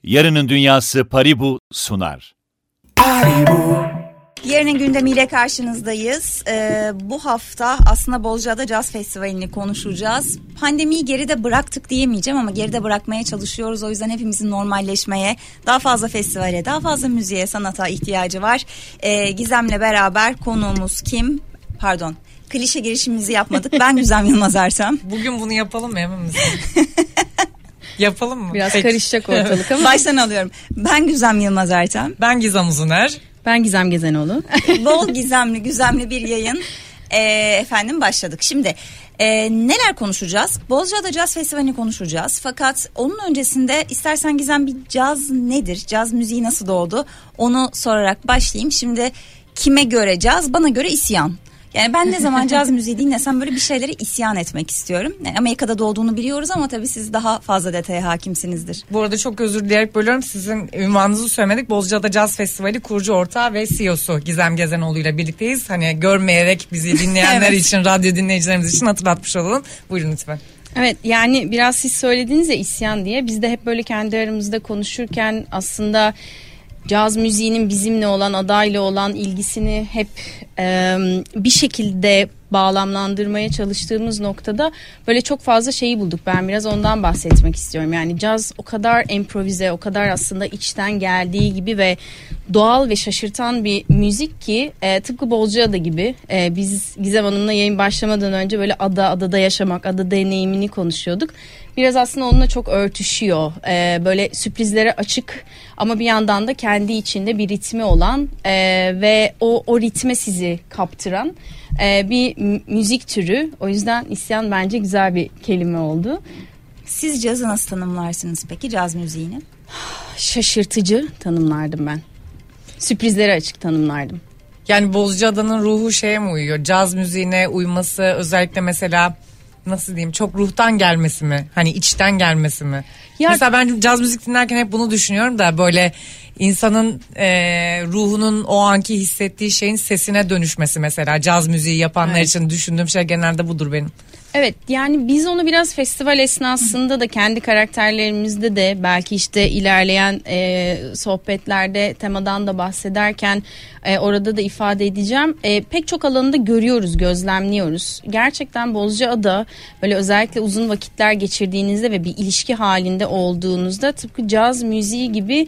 Yarının Dünyası Paribu sunar. Yarının gündemiyle karşınızdayız. Bu hafta aslında Bozcaada Caz Festivali'ni konuşacağız. Pandemiyi geride bıraktık diyemeyeceğim ama geride bırakmaya çalışıyoruz. O yüzden hepimizin normalleşmeye, daha fazla festivale, daha fazla müziğe, sanata ihtiyacı var. Gizem'le beraber konuğumuz kim? Pardon, klişe girişimizi yapmadık. Ben Güzem Yılmaz Ertem. Bugün bunu yapalım mı, emin misin? Yapalım mı? Biraz karışacak ortalık ama. Baştan alıyorum. Ben Güzem Yılmaz Ertem. Ben Gizem Uzuner. Ben Gizem Gezenoğlu. Bol gizemli bir yayın. Efendim başladık. Şimdi neler konuşacağız? Bozcaada Caz Festivali'ni konuşacağız. Fakat onun öncesinde istersen Gizem bir caz nedir? Caz müziği nasıl doğdu? Onu sorarak başlayayım. Şimdi kime göre caz? Bana göre isyan. Yani ben ne zaman caz müziği dinlesem böyle bir şeylere isyan etmek istiyorum. Yani Amerika'da doğduğunu biliyoruz ama tabii siz daha fazla detaya hakimsinizdir. Bu arada çok özür dileyerek bölüyorum. Sizin ünvanınızı söylemedik. Bozcaada Caz Festivali kurucu ortağı ve CEO'su Gizem Gezenoğlu ile birlikteyiz. Hani görmeyerek bizi dinleyenler Evet. için, radyo dinleyicilerimiz için hatırlatmış olalım. Buyurun lütfen. Evet, yani biraz siz söylediniz ya isyan diye. Biz de hep böyle kendi aramızda konuşurken aslında caz müziğinin bizimle olan, adayla olan ilgisini hep bir şekilde bağlamlandırmaya çalıştığımız noktada böyle çok fazla şeyi bulduk. Ben biraz ondan bahsetmek istiyorum. Yani caz o kadar improvize, o kadar aslında içten geldiği gibi ve doğal ve şaşırtan bir müzik ki tıpkı Bozcaada gibi. Biz Gizem Hanım'la yayın başlamadan önce böyle adada yaşamak, ada deneyimini konuşuyorduk. Biraz aslında onunla çok örtüşüyor. Böyle sürprizlere açık ama bir yandan da kendi içinde bir ritmi olan ve o ritme sizi kaptıran bir müzik türü. O yüzden isyan bence güzel bir kelime oldu. Siz cazı nasıl tanımlarsınız peki, caz müziğini? Şaşırtıcı tanımlardım ben. Sürprizlere açık tanımlardım. Yani Bozcaada'nın ruhu şeye mi uyuyor? Caz müziğine uyması, özellikle mesela nasıl diyeyim, çok ruhtan gelmesi mi? Hani içten gelmesi mi? Ya, mesela ben caz müzik dinlerken hep bunu düşünüyorum da böyle insanın ruhunun o anki hissettiği şeyin sesine dönüşmesi mesela caz müziği yapanlar evet. için düşündüğüm şey genelde budur benim. Evet, yani biz onu biraz festival esnasında da kendi karakterlerimizde de belki işte ilerleyen sohbetlerde temadan da bahsederken orada da ifade edeceğim. Pek çok alanında görüyoruz, gözlemliyoruz. Gerçekten Bozcaada böyle özellikle uzun vakitler geçirdiğinizde ve bir ilişki halinde olduğunuzda tıpkı caz müziği gibi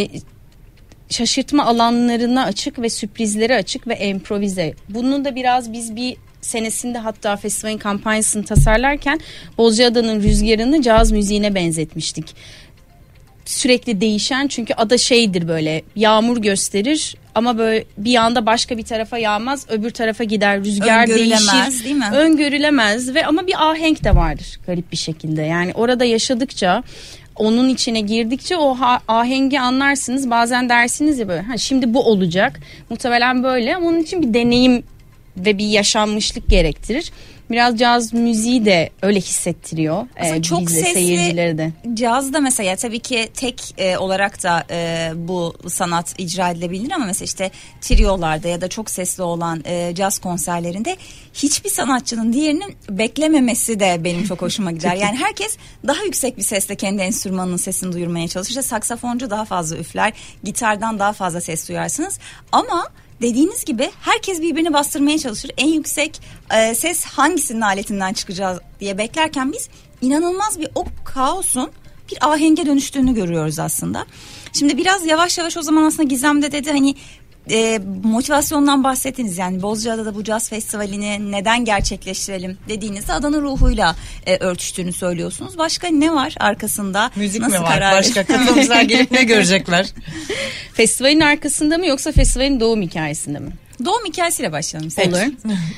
şaşırtma alanlarına açık ve sürprizlere açık ve improvize. Bunu da biraz biz bir senesinde hatta festivalin kampanyasını tasarlarken Bozcaada'nın rüzgarını caz müziğine benzetmiştik. Sürekli değişen, çünkü ada şeydir, böyle yağmur gösterir ama böyle bir anda başka bir tarafa yağmaz, öbür tarafa gider, rüzgar değişir. Değil mi? Öngörülemez ve ama bir ahenk de vardır garip bir şekilde. Yani orada yaşadıkça, onun içine girdikçe o ahengi anlarsınız. Bazen dersiniz ya böyle, şimdi bu olacak. Muhtemelen böyle, ama onun için bir deneyim ve bir yaşanmışlık gerektirir. Biraz caz müziği de öyle hissettiriyor. Çok bize, sesli seyircileri de. Cazda mesela tabii ki tek olarak da bu sanat icra edilebilir ama mesela işte triolarda ya da çok sesli olan caz konserlerinde hiçbir sanatçının diğerinin beklememesi de benim çok hoşuma gider. Yani herkes daha yüksek bir sesle kendi enstrümanının sesini duyurmaya çalışır. İşte saksafoncu daha fazla üfler, gitardan daha fazla ses duyarsınız ama dediğiniz gibi herkes birbirini bastırmaya çalışır. En yüksek ses hangisinin aletinden çıkacağız diye beklerken biz inanılmaz bir o kaosun bir ahenge dönüştüğünü görüyoruz aslında. Şimdi biraz yavaş yavaş o zaman aslında Gizem de dedi hani motivasyondan bahsettiniz. Yani Bozcaada'da bu caz festivalini neden gerçekleştirelim dediğinizde adanın ruhuyla örtüştüğünü söylüyorsunuz. Başka ne var arkasında? Müzik nasıl mi var? Başka katılımcılar gelip ne görecekler? Festivalin arkasında mı yoksa festivalin doğum hikayesinde mi? Doğum hikayesiyle başlayalım. Olur.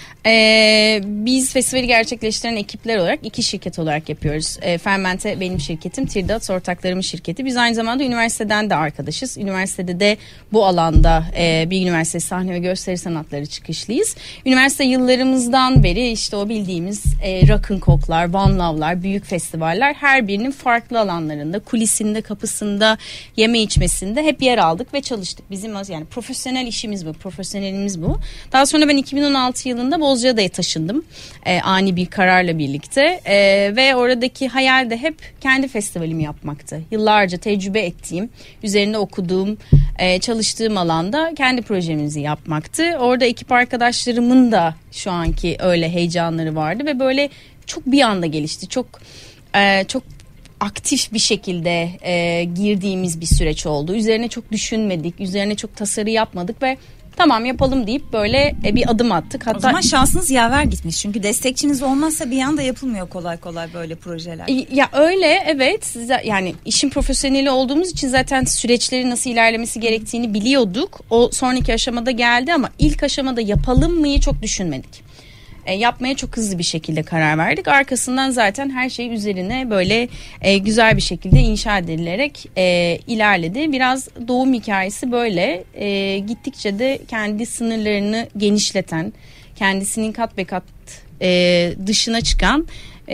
Biz festivali gerçekleştiren ekipler olarak iki şirket olarak yapıyoruz. Fermente benim şirketim, Tirdat ortaklarımın şirketi. Biz aynı zamanda üniversiteden de arkadaşız. Üniversitede de bu alanda bir üniversite sahne ve gösteri sanatları çıkışlıyız. Üniversite yıllarımızdan beri işte o bildiğimiz Rock'n'Coke'lar, One Love'lar, büyük festivaller her birinin farklı alanlarında, kulisinde, kapısında, yeme içmesinde hep yer aldık ve çalıştık. Bizim yani profesyonel işimiz bu, profesyonelimiz bu. Daha sonra ben 2016 yılında Bozcaada'ya taşındım ani bir kararla birlikte ve oradaki hayal de hep kendi festivalimi yapmaktı. Yıllarca tecrübe ettiğim, üzerinde okuduğum, çalıştığım alanda kendi projemizi yapmaktı. Orada ekip arkadaşlarımın da şu anki öyle heyecanları vardı ve böyle çok bir anda gelişti. Çok aktif bir şekilde girdiğimiz bir süreç oldu. Üzerine çok düşünmedik, üzerine çok tasarı yapmadık ve tamam yapalım deyip böyle bir adım attık. Hatta o zaman şansınız yaver gitmiş. Çünkü destekçiniz olmazsa bir anda yapılmıyor kolay kolay böyle projeler. Ya öyle, evet. Yani işin profesyoneli olduğumuz için zaten süreçlerin nasıl ilerlemesi gerektiğini biliyorduk. O sonraki aşamada geldi ama ilk aşamada yapalım mıyı çok düşünmedik. Yapmaya çok hızlı bir şekilde karar verdik. Arkasından zaten her şey üzerine böyle güzel bir şekilde inşa edilerek ilerledi. Biraz doğum hikayesi böyle. Gittikçe de kendi sınırlarını genişleten, kendisinin kat be kat dışına çıkan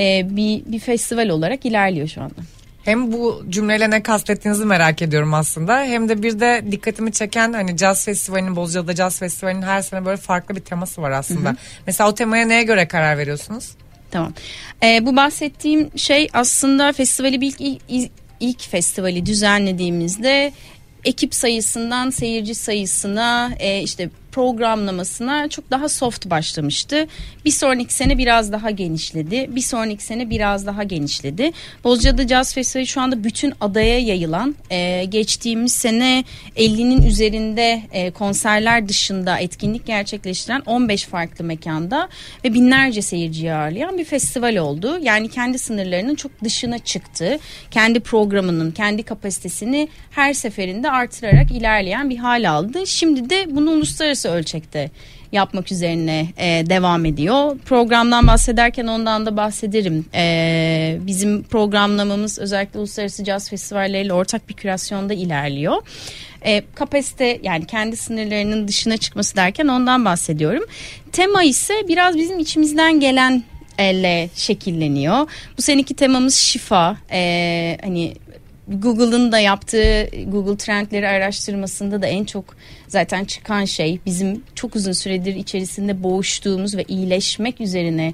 bir festival olarak ilerliyor şu anda. Hem bu cümleyle ne kastettiğinizi merak ediyorum aslında. Hem de bir de dikkatimi çeken hani Caz Festivali'nin, Bozcaada Caz Festivali'nin her sene böyle farklı bir teması var aslında. Hı hı. Mesela o temaya neye göre karar veriyorsunuz? Tamam. Bu bahsettiğim şey aslında festivali ilk festivali düzenlediğimizde ekip sayısından seyirci sayısına işte programlamasına çok daha soft başlamıştı. Bir sonraki sene biraz daha genişledi. Bir sonraki sene biraz daha genişledi. Bozcaada Caz Festivali şu anda bütün adaya yayılan, geçtiğimiz sene 50'nin üzerinde konserler dışında etkinlik gerçekleştiren 15 farklı mekanda ve binlerce seyirciyi ağırlayan bir festival oldu. Yani kendi sınırlarının çok dışına çıktı. Kendi programının, kendi kapasitesini her seferinde artırarak ilerleyen bir hal aldı. Şimdi de bunu uluslararası ölçekte yapmak üzerine devam ediyor. Programdan bahsederken ondan da bahsederim. Bizim programlamamız özellikle uluslararası caz festivalleriyle ortak bir kürasyonda ilerliyor. Kapasite, yani kendi sınırlarının dışına çıkması derken ondan bahsediyorum. Tema ise biraz bizim içimizden gelen elle şekilleniyor. Bu seneki temamız şifa. Hani Google'ın da yaptığı Google Trendleri araştırmasında da en çok zaten çıkan şey bizim çok uzun süredir içerisinde boğuştuğumuz ve iyileşmek üzerine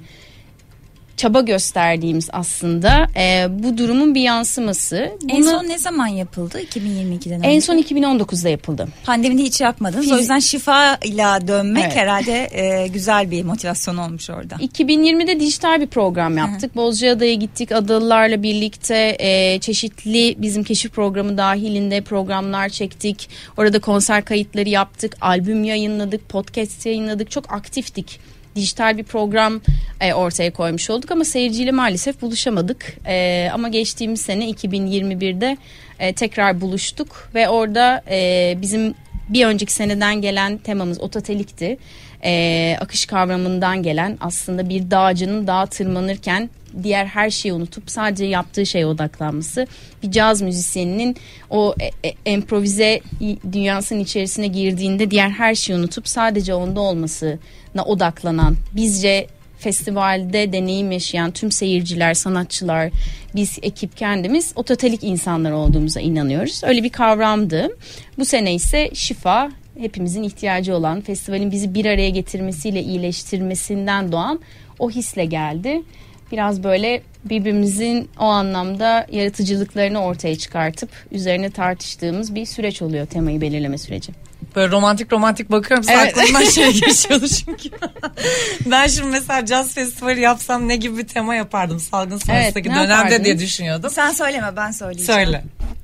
çaba gösterdiğimiz aslında bu durumun bir yansıması. En son ne zaman yapıldı? 2022'den önce. En son 2019'da yapıldı. Pandemide hiç yapmadınız. O yüzden şifayla dönmek herhalde güzel bir motivasyon olmuş orada. 2020'de dijital bir program yaptık. Bozcaada'ya gittik. Adalılarla birlikte çeşitli bizim keşif programı dahilinde programlar çektik. Orada konser kayıtları yaptık. Albüm yayınladık. Podcast yayınladık. Çok aktiftik. Dijital bir program ortaya koymuş olduk ama seyirciyle maalesef buluşamadık. Ama geçtiğimiz sene 2021'de tekrar buluştuk ve orada bizim bir önceki seneden gelen temamız otatelikti. Akış kavramından gelen, aslında bir dağcının dağa tırmanırken diğer her şeyi unutup sadece yaptığı şeye odaklanması. Bir caz müzisyeninin o improvize dünyasının içerisine girdiğinde diğer her şeyi unutup sadece onda olmasına odaklanan, bizce festivalde deneyim yaşayan tüm seyirciler, sanatçılar, biz ekip kendimiz otatelik insanlar olduğumuza inanıyoruz. Öyle bir kavramdı. Bu sene ise şifa, hepimizin ihtiyacı olan, festivalin bizi bir araya getirmesiyle iyileştirmesinden doğan o hisle geldi. Biraz böyle birbirimizin o anlamda yaratıcılıklarını ortaya çıkartıp üzerine tartıştığımız bir süreç oluyor, temayı belirleme süreci. Böyle romantik bakıyorum. Evet. Aklımdan şey geçiyordu çünkü. Ben şimdi mesela caz festivali yapsam ne gibi bir tema yapardım salgın sonrasındaki dönemde diye düşünüyordum. Sen söyleme, ben söyleyeceğim. Söyle.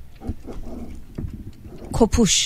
Kopuş.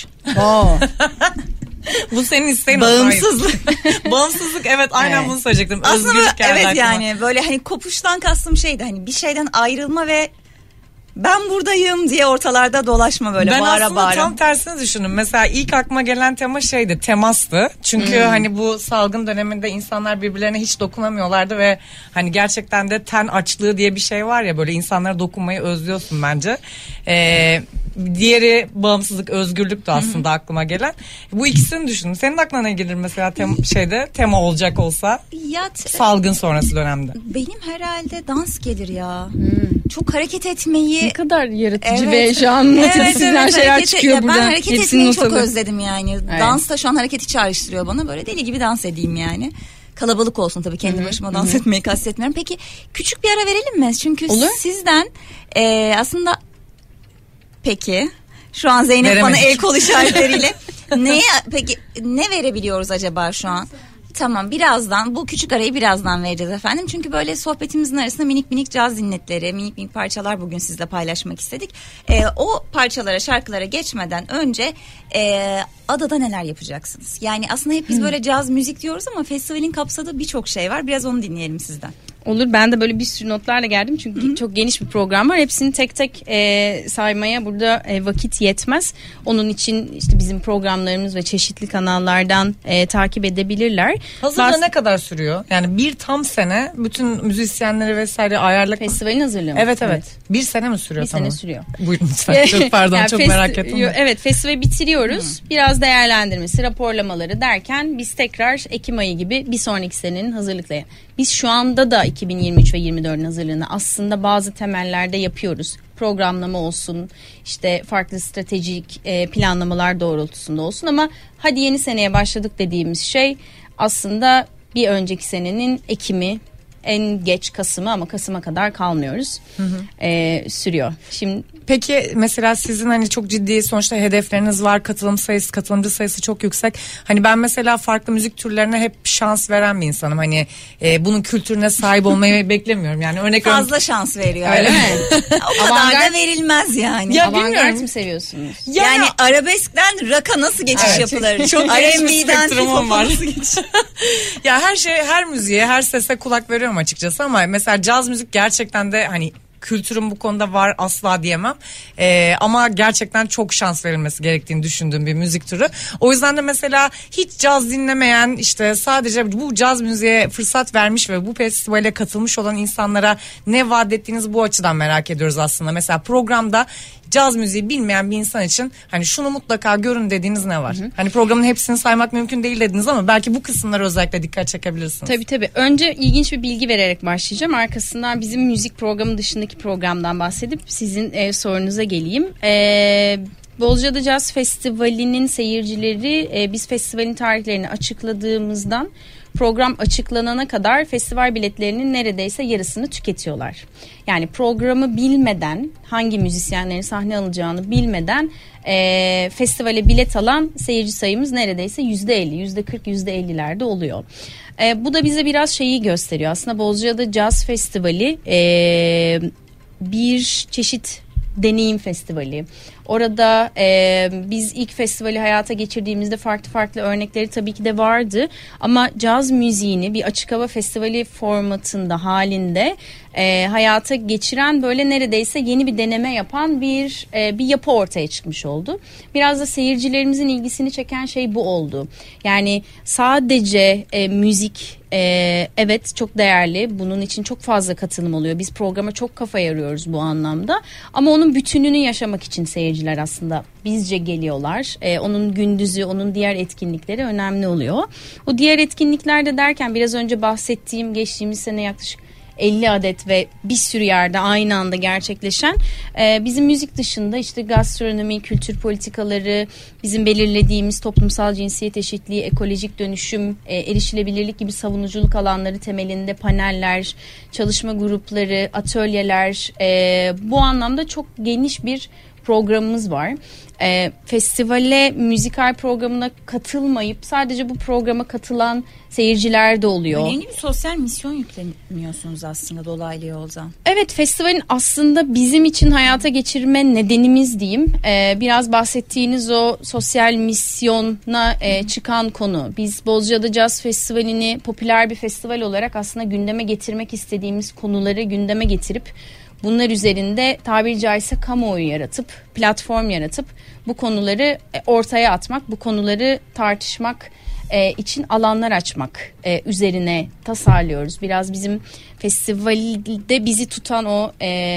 Bu senin isteğin. Bağımsızlık. Bağımsızlık, evet, aynen bunu söyleyecektim. Aslında evet aklıma. Yani böyle hani kopuştan kastım şeydi, hani bir şeyden ayrılma ve ben buradayım diye ortalarda dolaşma böyle ben bağıra bağıra. Ben aslında tam tersini düşündüm. Mesela ilk aklıma gelen tema şeydi, temastı. Çünkü hani bu salgın döneminde insanlar birbirlerine hiç dokunamıyorlardı ve hani gerçekten de ten açlığı diye bir şey var ya, böyle insanlara dokunmayı özlüyorsun bence. Diğeri bağımsızlık, özgürlük de aslında aklıma gelen. Bu ikisini düşündüm. Senin aklına ne gelir mesela tema olacak olsa salgın sonrası dönemde? Benim herhalde dans gelir ya. Çok hareket etmeyi. Ne kadar yaratıcı ve şu an motivasyonel şeyler çıkıyor buradan. Ben hareket etmeyi çok özledim yani. Evet. Dans da şu an hareketi çağrıştırıyor bana. Böyle deli gibi dans edeyim yani. kalabalık olsun tabii, kendi başıma dans etmeyi kastetmiyorum. Peki küçük bir ara verelim mi? Çünkü sizden aslında peki şu an Zeynep Veremedik. bana el kol işaretleriyle peki ne verebiliyoruz acaba şu an? Tamam, birazdan bu küçük arayı birazdan vereceğiz efendim. Çünkü böyle sohbetimizin arasında minik minik caz dinletleri, minik minik parçalar bugün sizle paylaşmak istedik. O parçalara, şarkılara geçmeden önce adada neler yapacaksınız? Yani aslında hep biz böyle caz müzik diyoruz ama festivalin kapsadığı birçok şey var. Biraz onu dinleyelim sizden. Olur, ben de böyle bir sürü notlarla geldim çünkü çok geniş bir program var. Hepsini tek tek saymaya burada vakit yetmez. Onun için işte bizim programlarımız ve çeşitli kanallardan takip edebilirler. Hazırda ne kadar sürüyor? Yani bir tam sene bütün müzisyenleri vesaire ayarlamak. Festivalin hazırlığı mı? Evet. Bir sene mi sürüyor? Bir sene sürüyor. Buyurun lütfen. Çok pardon, yani çok merak ettim. Evet, festivali bitiriyoruz. Biraz değerlendirmesi, raporlamaları derken biz tekrar Ekim ayı gibi bir sonraki senenin hazırlıkları. Biz şu anda da 2023 ve 2024'ün hazırlığını aslında bazı temellerde yapıyoruz. Programlama olsun, işte farklı stratejik planlamalar doğrultusunda olsun ama hadi yeni seneye başladık dediğimiz şey aslında bir önceki senenin Ekim'i, en geç Kasım'ı, ama Kasım'a kadar kalmıyoruz. Sürüyor. Şimdi peki mesela sizin hani çok ciddi sonuçta hedefleriniz var, katılımcı sayısı çok yüksek. Hani ben mesela farklı müzik türlerine hep şans veren bir insanım. Hani bunun kültürüne sahip olmayı beklemiyorum. Yani örnek fazla şans veriyor. öyle mi? O kadar da verilmez yani. Ya Avantgard bilmiyorum. mı seviyorsunuz? Yani arabeskten rock'a nasıl geçiş yapılır? Çok geniş bir R&B'den spektrumum var. Ya her müziğe, her sese kulak veriyorum açıkçası ama mesela caz müzik gerçekten de hani kültürüm bu konuda var, asla diyemem. Ama gerçekten çok şans verilmesi gerektiğini düşündüğüm bir müzik türü. O yüzden de mesela hiç caz dinlemeyen, işte sadece bu caz müziğe fırsat vermiş ve bu festivale katılmış olan insanlara ne vaat ettiğiniz bu açıdan merak ediyoruz aslında. Mesela programda caz müziği bilmeyen bir insan için hani şunu mutlaka görün dediğiniz ne var? Hani programın hepsini saymak mümkün değil dediniz ama belki bu kısımlara özellikle dikkat çekebilirsiniz. Tabii. Önce ilginç bir bilgi vererek başlayacağım. Arkasından bizim müzik programı dışındaki programdan bahsedip sizin sorunuza geleyim. Bozcaada Jazz Festivali'nin seyircileri biz festivalin tarihlerini açıkladığımızdan program açıklanana kadar festival biletlerinin neredeyse yarısını tüketiyorlar. Yani programı bilmeden, hangi müzisyenlerin sahne alacağını bilmeden festivale bilet alan seyirci sayımız neredeyse %50, %40, %50'lerde oluyor. Bu da bize biraz şeyi gösteriyor. Aslında Bozcaada Jazz Festivali bir çeşit deneyim festivali. Orada biz ilk festivali hayata geçirdiğimizde farklı örnekleri tabii ki de vardı. Ama caz müziğini bir açık hava festivali formatında, halinde hayata geçiren, böyle neredeyse yeni bir deneme yapan bir yapı ortaya çıkmış oldu. Biraz da seyircilerimizin ilgisini çeken şey bu oldu. Yani sadece müzik evet çok değerli. Bunun için çok fazla katılım oluyor. Biz programa çok kafa yarıyoruz bu anlamda. Ama onun bütününü yaşamak için seyirciler aslında bizce geliyorlar. Onun gündüzü, onun diğer etkinlikleri önemli oluyor. O diğer etkinliklerde derken biraz önce bahsettiğim, geçtiğimiz sene yaklaşık 50 adet ve bir sürü yerde aynı anda gerçekleşen bizim müzik dışında işte gastronomi, kültür politikaları, bizim belirlediğimiz toplumsal cinsiyet eşitliği, ekolojik dönüşüm, erişilebilirlik gibi savunuculuk alanları temelinde paneller, çalışma grupları, atölyeler, bu anlamda çok geniş bir programımız var. Festivale, müzikal programına katılmayıp sadece bu programa katılan seyirciler de oluyor. Önemli bir sosyal misyon yükleniyorsunuz aslında dolaylı yoldan. Evet, festivalin aslında bizim için hayata geçirme nedenimiz diyeyim. Biraz bahsettiğiniz o sosyal misyona çıkan konu. Biz Bozcaada Jazz Festivali'ni popüler bir festival olarak aslında gündeme getirmek istediğimiz konuları gündeme getirip bunlar üzerinde tabiri caizse kamuoyu yaratıp, platform yaratıp bu konuları ortaya atmak, bu konuları tartışmak için alanlar açmak üzerine tasarlıyoruz. Biraz bizim festivalde bizi tutan o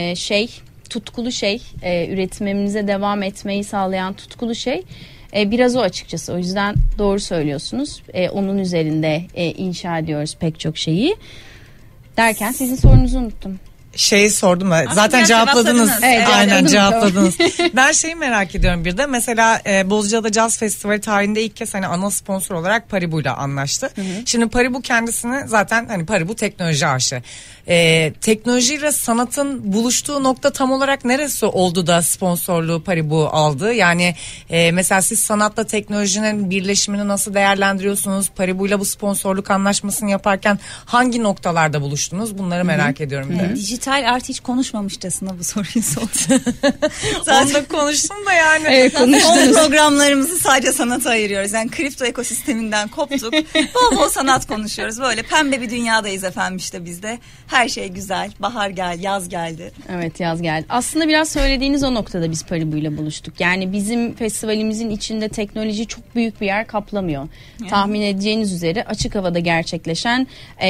tutkulu şey, üretimimize devam etmeyi sağlayan tutkulu şey biraz o açıkçası. O yüzden doğru söylüyorsunuz. Onun üzerinde inşa ediyoruz pek çok şeyi. Derken sizin sorunuzu unuttum. şeyi sordum da zaten biraz cevapladınız. Evet, Aynen cevapladınız. Ben şeyi merak ediyorum bir de mesela Bozcaada Jazz Festivali tarihinde ilk kez hani ana sponsor olarak Paribu'yla anlaştı. Şimdi Paribu kendisini zaten hani Paribu teknoloji aşı. Teknolojiyle sanatın buluştuğu nokta tam olarak neresi oldu da sponsorluğu Paribu aldı? Yani mesela siz sanatla teknolojinin birleşimini nasıl değerlendiriyorsunuz? Paribu'yla bu sponsorluk anlaşmasını yaparken hangi noktalarda buluştunuz? Bunları merak ediyorum. Dijital artı hiç konuşmamışçasına bu soruyu sordu. Onu da konuştum da yani. Evet, Son konuştunuz. programlarımızı sadece sanata ayırıyoruz. Yani kripto ekosisteminden koptuk. Bol bol sanat konuşuyoruz. Böyle pembe bir dünyadayız efendim işte biz de. Her şey güzel. Bahar geldi, yaz geldi. Evet, yaz geldi. Aslında biraz söylediğiniz o noktada biz Paribu ile buluştuk. Yani bizim festivalimizin içinde teknoloji çok büyük bir yer kaplamıyor. Tahmin edeceğiniz üzere açık havada gerçekleşen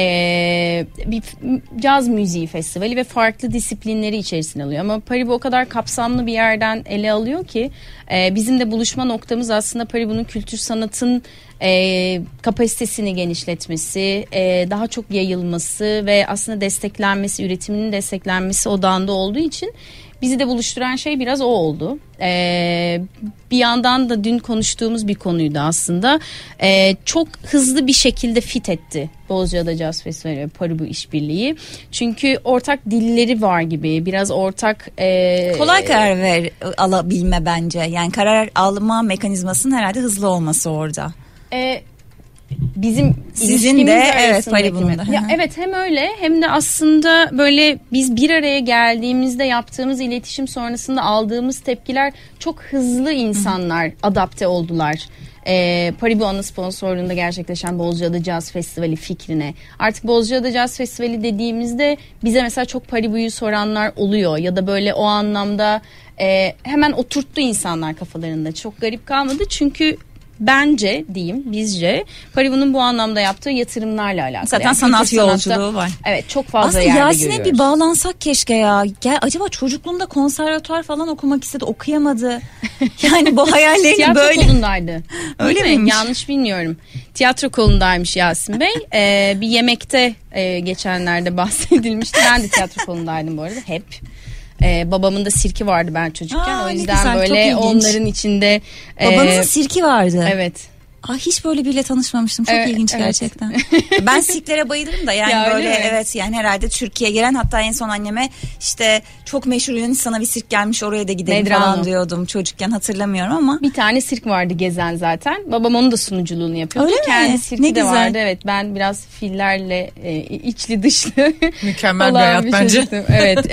bir caz müziği festivali ve farklı disiplinleri içerisine alıyor. Ama Paribu o kadar kapsamlı bir yerden ele alıyor ki bizim de buluşma noktamız aslında Paribu'nun kültür sanatın kapasitesini genişletmesi, daha çok yayılması ve aslında desteklenmesi, üretiminin desteklenmesi odağında olduğu için bizi de buluşturan şey biraz o oldu. Bir yandan da dün konuştuğumuz bir konuydu aslında. Çok hızlı bir şekilde fit etti Bozcaada Jazz Festivali ve Paribu işbirliği. Çünkü ortak dilleri var gibi, biraz ortak... Kolay karar alabilme bence. Yani karar alma mekanizmasının herhalde hızlı olması orada. Bizim sizin de evet Paribu'nun da. Ya evet, hem öyle hem de aslında böyle biz bir araya geldiğimizde yaptığımız iletişim sonrasında aldığımız tepkiler çok hızlı, insanlar adapte oldular. Paribu ana sponsorluğunda gerçekleşen Bozcaada Jazz Festivali fikrine. Artık Bozcaada Jazz Festivali dediğimizde bize mesela çok Paribu'yu soranlar oluyor ya da böyle o anlamda hemen oturttu insanlar kafalarında. Çok garip kalmadı çünkü bence diyeyim bizce Paribu'nun bu anlamda yaptığı yatırımlarla alakalı. Zaten yani sanat yolculuğu var. Evet, çok fazla aslında yerde Yasin'e görüyoruz. bir bağlansak keşke ya. Acaba çocukluğunda konservatuar falan okumak istedi, okuyamadı. Yani bu hayallerini Tiyatro böyle. kolundaydı. Öyle Değil mi? miymiş? Yanlış bilmiyorum. Tiyatro kolundaymış Yasin Bey. Bir yemekte geçenlerde bahsedilmişti. Ben de tiyatro kolundaydım bu arada hep. Babamın da sirki vardı ben çocukken. Aa, o ne yüzden güzel, çok böyle ilginç. onların içinde. Babanızın sirki vardı. Evet. Hiç böyle biriyle tanışmamıştım. Çok ilginç gerçekten. Ben sirklere bayılırım da yani Ya, böyle öyle mi? evet yani herhalde Türkiye'ye gelen, hatta en son anneme işte çok meşhur Yunanistan'a bir sirk gelmiş, oraya da gidelim Medrano falan diyordum çocukken, hatırlamıyorum ama. Bir tane sirk vardı gezen zaten. Babam onun da sunuculuğunu yapıyordu. Öyle mi? Kendi sirki Ne de güzel. vardı. Evet, ben biraz fillerle içli dışlı Mükemmel bir olan hayat bence. çocuktum. Evet.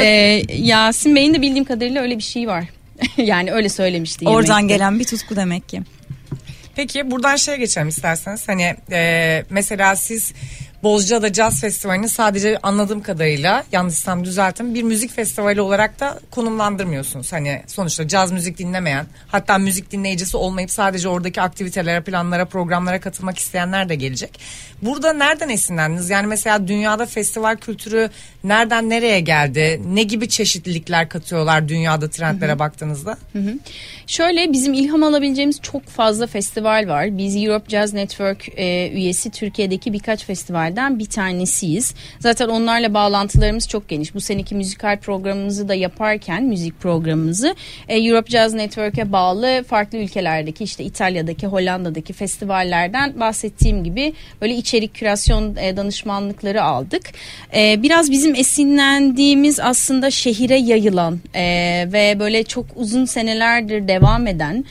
Yasin Bey'in de bildiğim kadarıyla öyle bir şey var. Yani öyle söylemişti. Oradan yemekte. gelen bir tutku demek ki. Peki buradan şeye geçelim isterseniz. Hani mesela siz Bozcaada Jazz Festivali'ni sadece anladığım kadarıyla, yanlışsam düzeltin, bir müzik festivali olarak da konumlandırmıyorsunuz. Hani sonuçta caz müzik dinlemeyen, hatta müzik dinleyicisi olmayıp sadece oradaki aktivitelere, planlara, programlara katılmak isteyenler de gelecek. Burada nereden esinlendiniz? Yani mesela dünyada festival kültürü nereden nereye geldi? Ne gibi çeşitlilikler katıyorlar dünyada trendlere baktığınızda? Şöyle, bizim ilham alabileceğimiz çok fazla festival var. Biz Europe Jazz Network üyesi Türkiye'deki birkaç festivalden bir tanesiyiz. Zaten onlarla bağlantılarımız çok geniş. Bu seneki müzikal programımızı da yaparken, müzik programımızı Europe Jazz Network'e bağlı farklı ülkelerdeki, işte İtalya'daki, Hollanda'daki festivallerden bahsettiğim gibi böyle içerik kürasyon danışmanlıkları aldık. Biraz bizim esinlendiğimiz aslında şehire yayılan ve böyle çok uzun senelerdir devam eden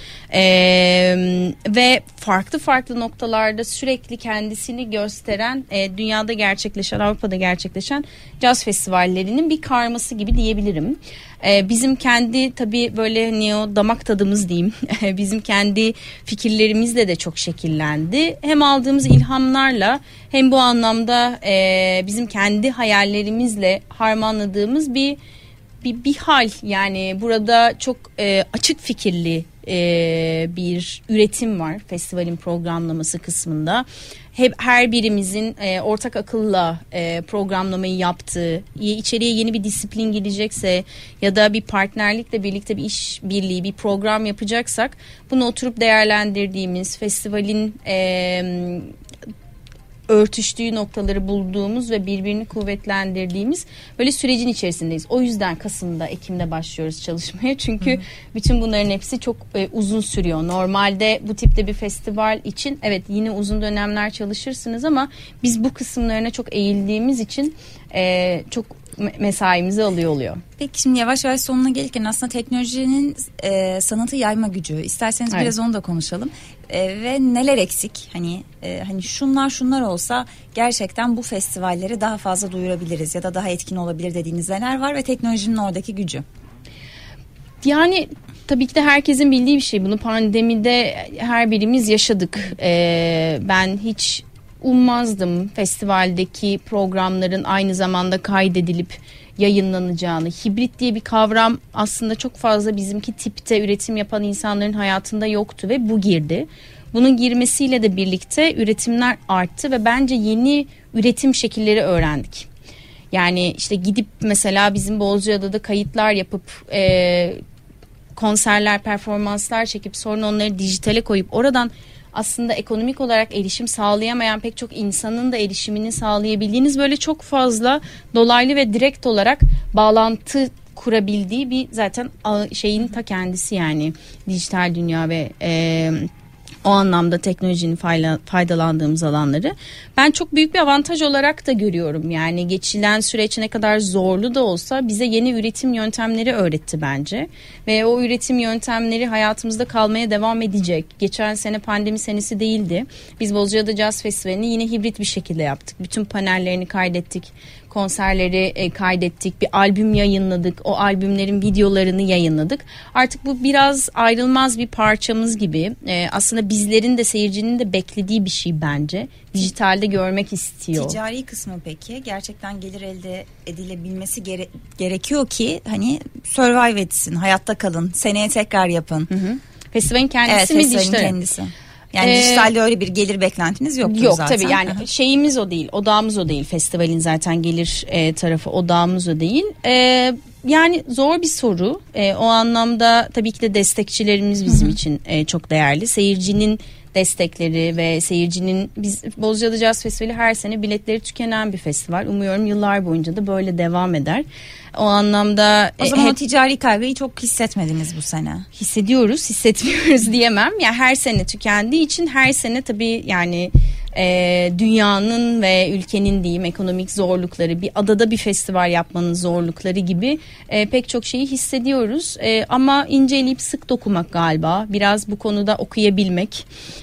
ve farklı farklı noktalarda sürekli kendisini gösteren, dünyada gerçekleşen, Avrupa'da gerçekleşen caz festivallerinin bir karması gibi diyebilirim. Bizim kendi tabii böyle hani o damak tadımız diyeyim, bizim kendi fikirlerimizle de çok şekillendi. Hem aldığımız ilhamlarla hem bu anlamda bizim kendi hayallerimizle harmanladığımız bir hal. Yani burada çok açık fikirli bir üretim var festivalin programlaması kısmında. Her birimizin ortak akılla programlamayı yaptığı, içeriye yeni bir disiplin girecekse ya da bir partnerlikle birlikte bir iş birliği, bir program yapacaksak bunu oturup değerlendirdiğimiz, festivalin örtüştüğü noktaları bulduğumuz ve birbirini kuvvetlendirdiğimiz böyle sürecin içerisindeyiz. O yüzden Kasım'da, Ekim'de başlıyoruz çalışmaya. Çünkü bütün bunların hepsi çok uzun sürüyor. Normalde bu tipte bir festival için evet yine uzun dönemler çalışırsınız ama biz bu kısımlarına çok eğildiğimiz için çok mesaimizi alıyor oluyor. Peki şimdi yavaş yavaş sonuna gelirken aslında teknolojinin sanatı yayma gücü. İsterseniz evet. biraz onu da konuşalım. Ve neler eksik? Hani şunlar olsa gerçekten bu festivalleri daha fazla duyurabiliriz ya da daha etkin olabilir dediğiniz neler var ve teknolojinin oradaki gücü? Yani tabii ki de herkesin bildiği bir şey. Bunu pandemide her birimiz yaşadık. Ben hiç ummazdım festivaldeki programların aynı zamanda kaydedilip yayınlanacağını. Hibrit diye bir kavram aslında çok fazla bizimki tipte üretim yapan insanların hayatında yoktu ve bu girdi. Bunun girmesiyle de birlikte üretimler arttı ve bence yeni üretim şekilleri öğrendik. Yani işte gidip mesela bizim Bozcaada'da kayıtlar yapıp konserler, performanslar çekip sonra onları dijitale koyup oradan aslında ekonomik olarak erişim sağlayamayan pek çok insanın da erişimini sağlayabildiğiniz böyle çok fazla dolaylı ve direkt olarak bağlantı kurabildiği bir zaten şeyin ta kendisi yani dijital dünya ve o anlamda teknolojinin faydalandığımız alanları. Ben çok büyük bir avantaj olarak da görüyorum. Yani geçilen süreç ne kadar zorlu da olsa bize yeni üretim yöntemleri öğretti bence. Ve o üretim yöntemleri hayatımızda kalmaya devam edecek. Geçen sene pandemi senesi değildi. Biz Bozcaada Jazz Festivali'ni yine hibrit bir şekilde yaptık. Bütün panellerini kaydettik. Konserleri kaydettik. Bir albüm yayınladık. O albümlerin videolarını yayınladık. Artık bu biraz ayrılmaz bir parçamız gibi. Aslında bizlerin de seyircinin de beklediği bir şey bence. Dijitalde görmek istiyor. Ticari kısmı peki gerçekten gelir elde edilebilmesi gerekiyor ki hani survive etsin, hayatta kalın, seneye tekrar yapın. Hı hı. Festivalin kendisi evet, mi festivalin dijital? kendisi. Yani dijitalde öyle bir gelir beklentiniz yoktur yok, zaten. Yok tabii yani şeyimiz o değil, odağımız o değil. Festivalin zaten gelir tarafı odağımız o değil. Yani zor bir soru. O anlamda tabii ki de destekçilerimiz bizim için çok değerli. Seyircinin destekleri ve seyircinin biz Bozcaada Jazz Festivali her sene biletleri tükenen bir festival. Umuyorum yıllar boyunca da böyle devam eder. O anlamda o zaman o ticari kaybı çok hissetmediniz bu sene. Hissediyoruz, hissetmiyoruz diyemem. Ya her sene tükendiği için her sene tabii yani dünyanın ve ülkenin diyeyim ekonomik zorlukları, bir adada bir festival yapmanın zorlukları gibi pek çok şeyi hissediyoruz. Ama inceleyip sık dokumak galiba, biraz bu konuda okuyabilmek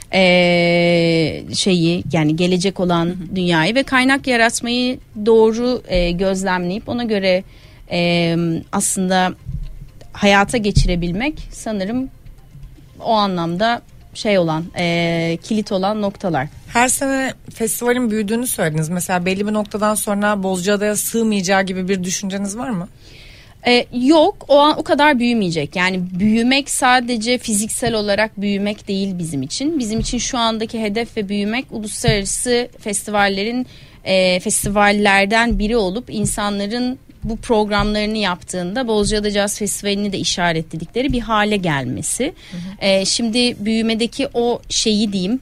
şeyi yani gelecek olan dünyayı ve kaynak yaratmayı doğru gözlemleyip ona göre aslında hayata geçirebilmek sanırım o anlamda şey olan kilit olan noktalar. Her sene festivalin büyüdüğünü söylediniz. Mesela belli bir noktadan sonra Bozcaada'ya sığmayacağı gibi bir düşünceniz var mı? Yok, o kadar büyümeyecek. Yani büyümek sadece fiziksel olarak büyümek değil bizim için. Bizim için şu andaki hedef ve büyümek uluslararası festivallerden biri olup insanların bu programlarını yaptığında Bozcaada Jazz Festivali'ni de işaretledikleri bir hale gelmesi. Hı hı. Şimdi büyümedeki o şeyi diyeyim,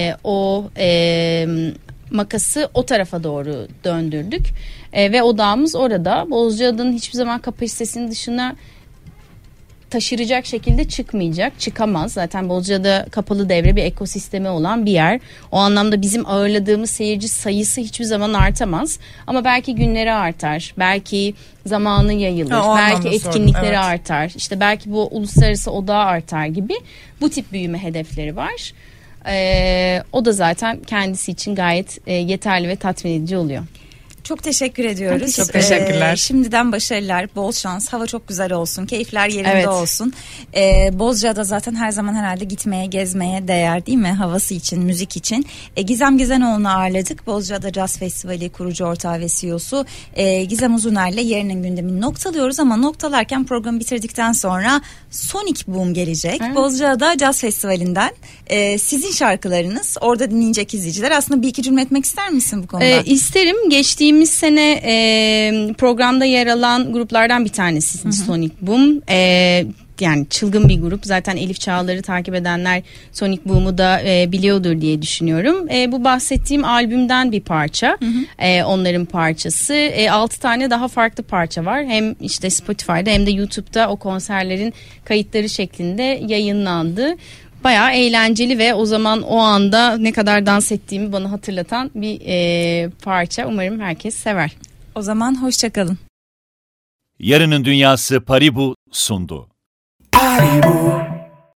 makası o tarafa doğru döndürdük ve odağımız orada. Bozcaada'nın hiçbir zaman kapasitesinin dışına taşıracak şekilde çıkamaz. Zaten Bozcaada kapalı devre bir ekosistemi olan bir yer. O anlamda bizim ağırladığımız seyirci sayısı hiçbir zaman artamaz. Ama belki günleri artar. Belki zamanı yayılır. Belki etkinlikleri evet. artar. İşte belki bu uluslararası odağı artar gibi bu tip büyüme hedefleri var. O da zaten kendisi için gayet yeterli ve tatmin edici oluyor. Çok teşekkür ediyoruz. Çok teşekkürler. Şimdiden başarılar, bol şans, hava çok güzel olsun, keyifler yerinde evet. olsun. Bozcaada zaten her zaman herhalde gitmeye, gezmeye değer değil mi? Havası için, müzik için. Gizem Gizenoğlu'nu ağırladık. Bozcaada Jazz Festivali kurucu ortağı ve CEO'su Gizem Uzuner'le yarının gündemini noktalıyoruz ama noktalarken programı bitirdikten sonra Sonic Boom gelecek. Evet. Bozcaada Jazz Festivali'nden sizin şarkılarınız orada dinleyecek izleyiciler. Aslında bir iki cümle etmek ister misin bu konuda? İsterim. Geçtiğimiz programda yer alan gruplardan bir tanesi Sonic Boom. yani çılgın bir grup. Zaten Elif Çağlar'ı takip edenler Sonic Boom'u da biliyordur diye düşünüyorum. Bu bahsettiğim albümden bir parça. Onların parçası. 6 tane daha farklı parça var. Hem işte Spotify'da hem de YouTube'da o konserlerin kayıtları şeklinde yayınlandı. Bayağı eğlenceli ve o zaman o anda ne kadar dans ettiğimi bana hatırlatan bir parça. Umarım herkes sever. O zaman hoşçakalın. Yarının Dünyası Paribu sundu. Paribu.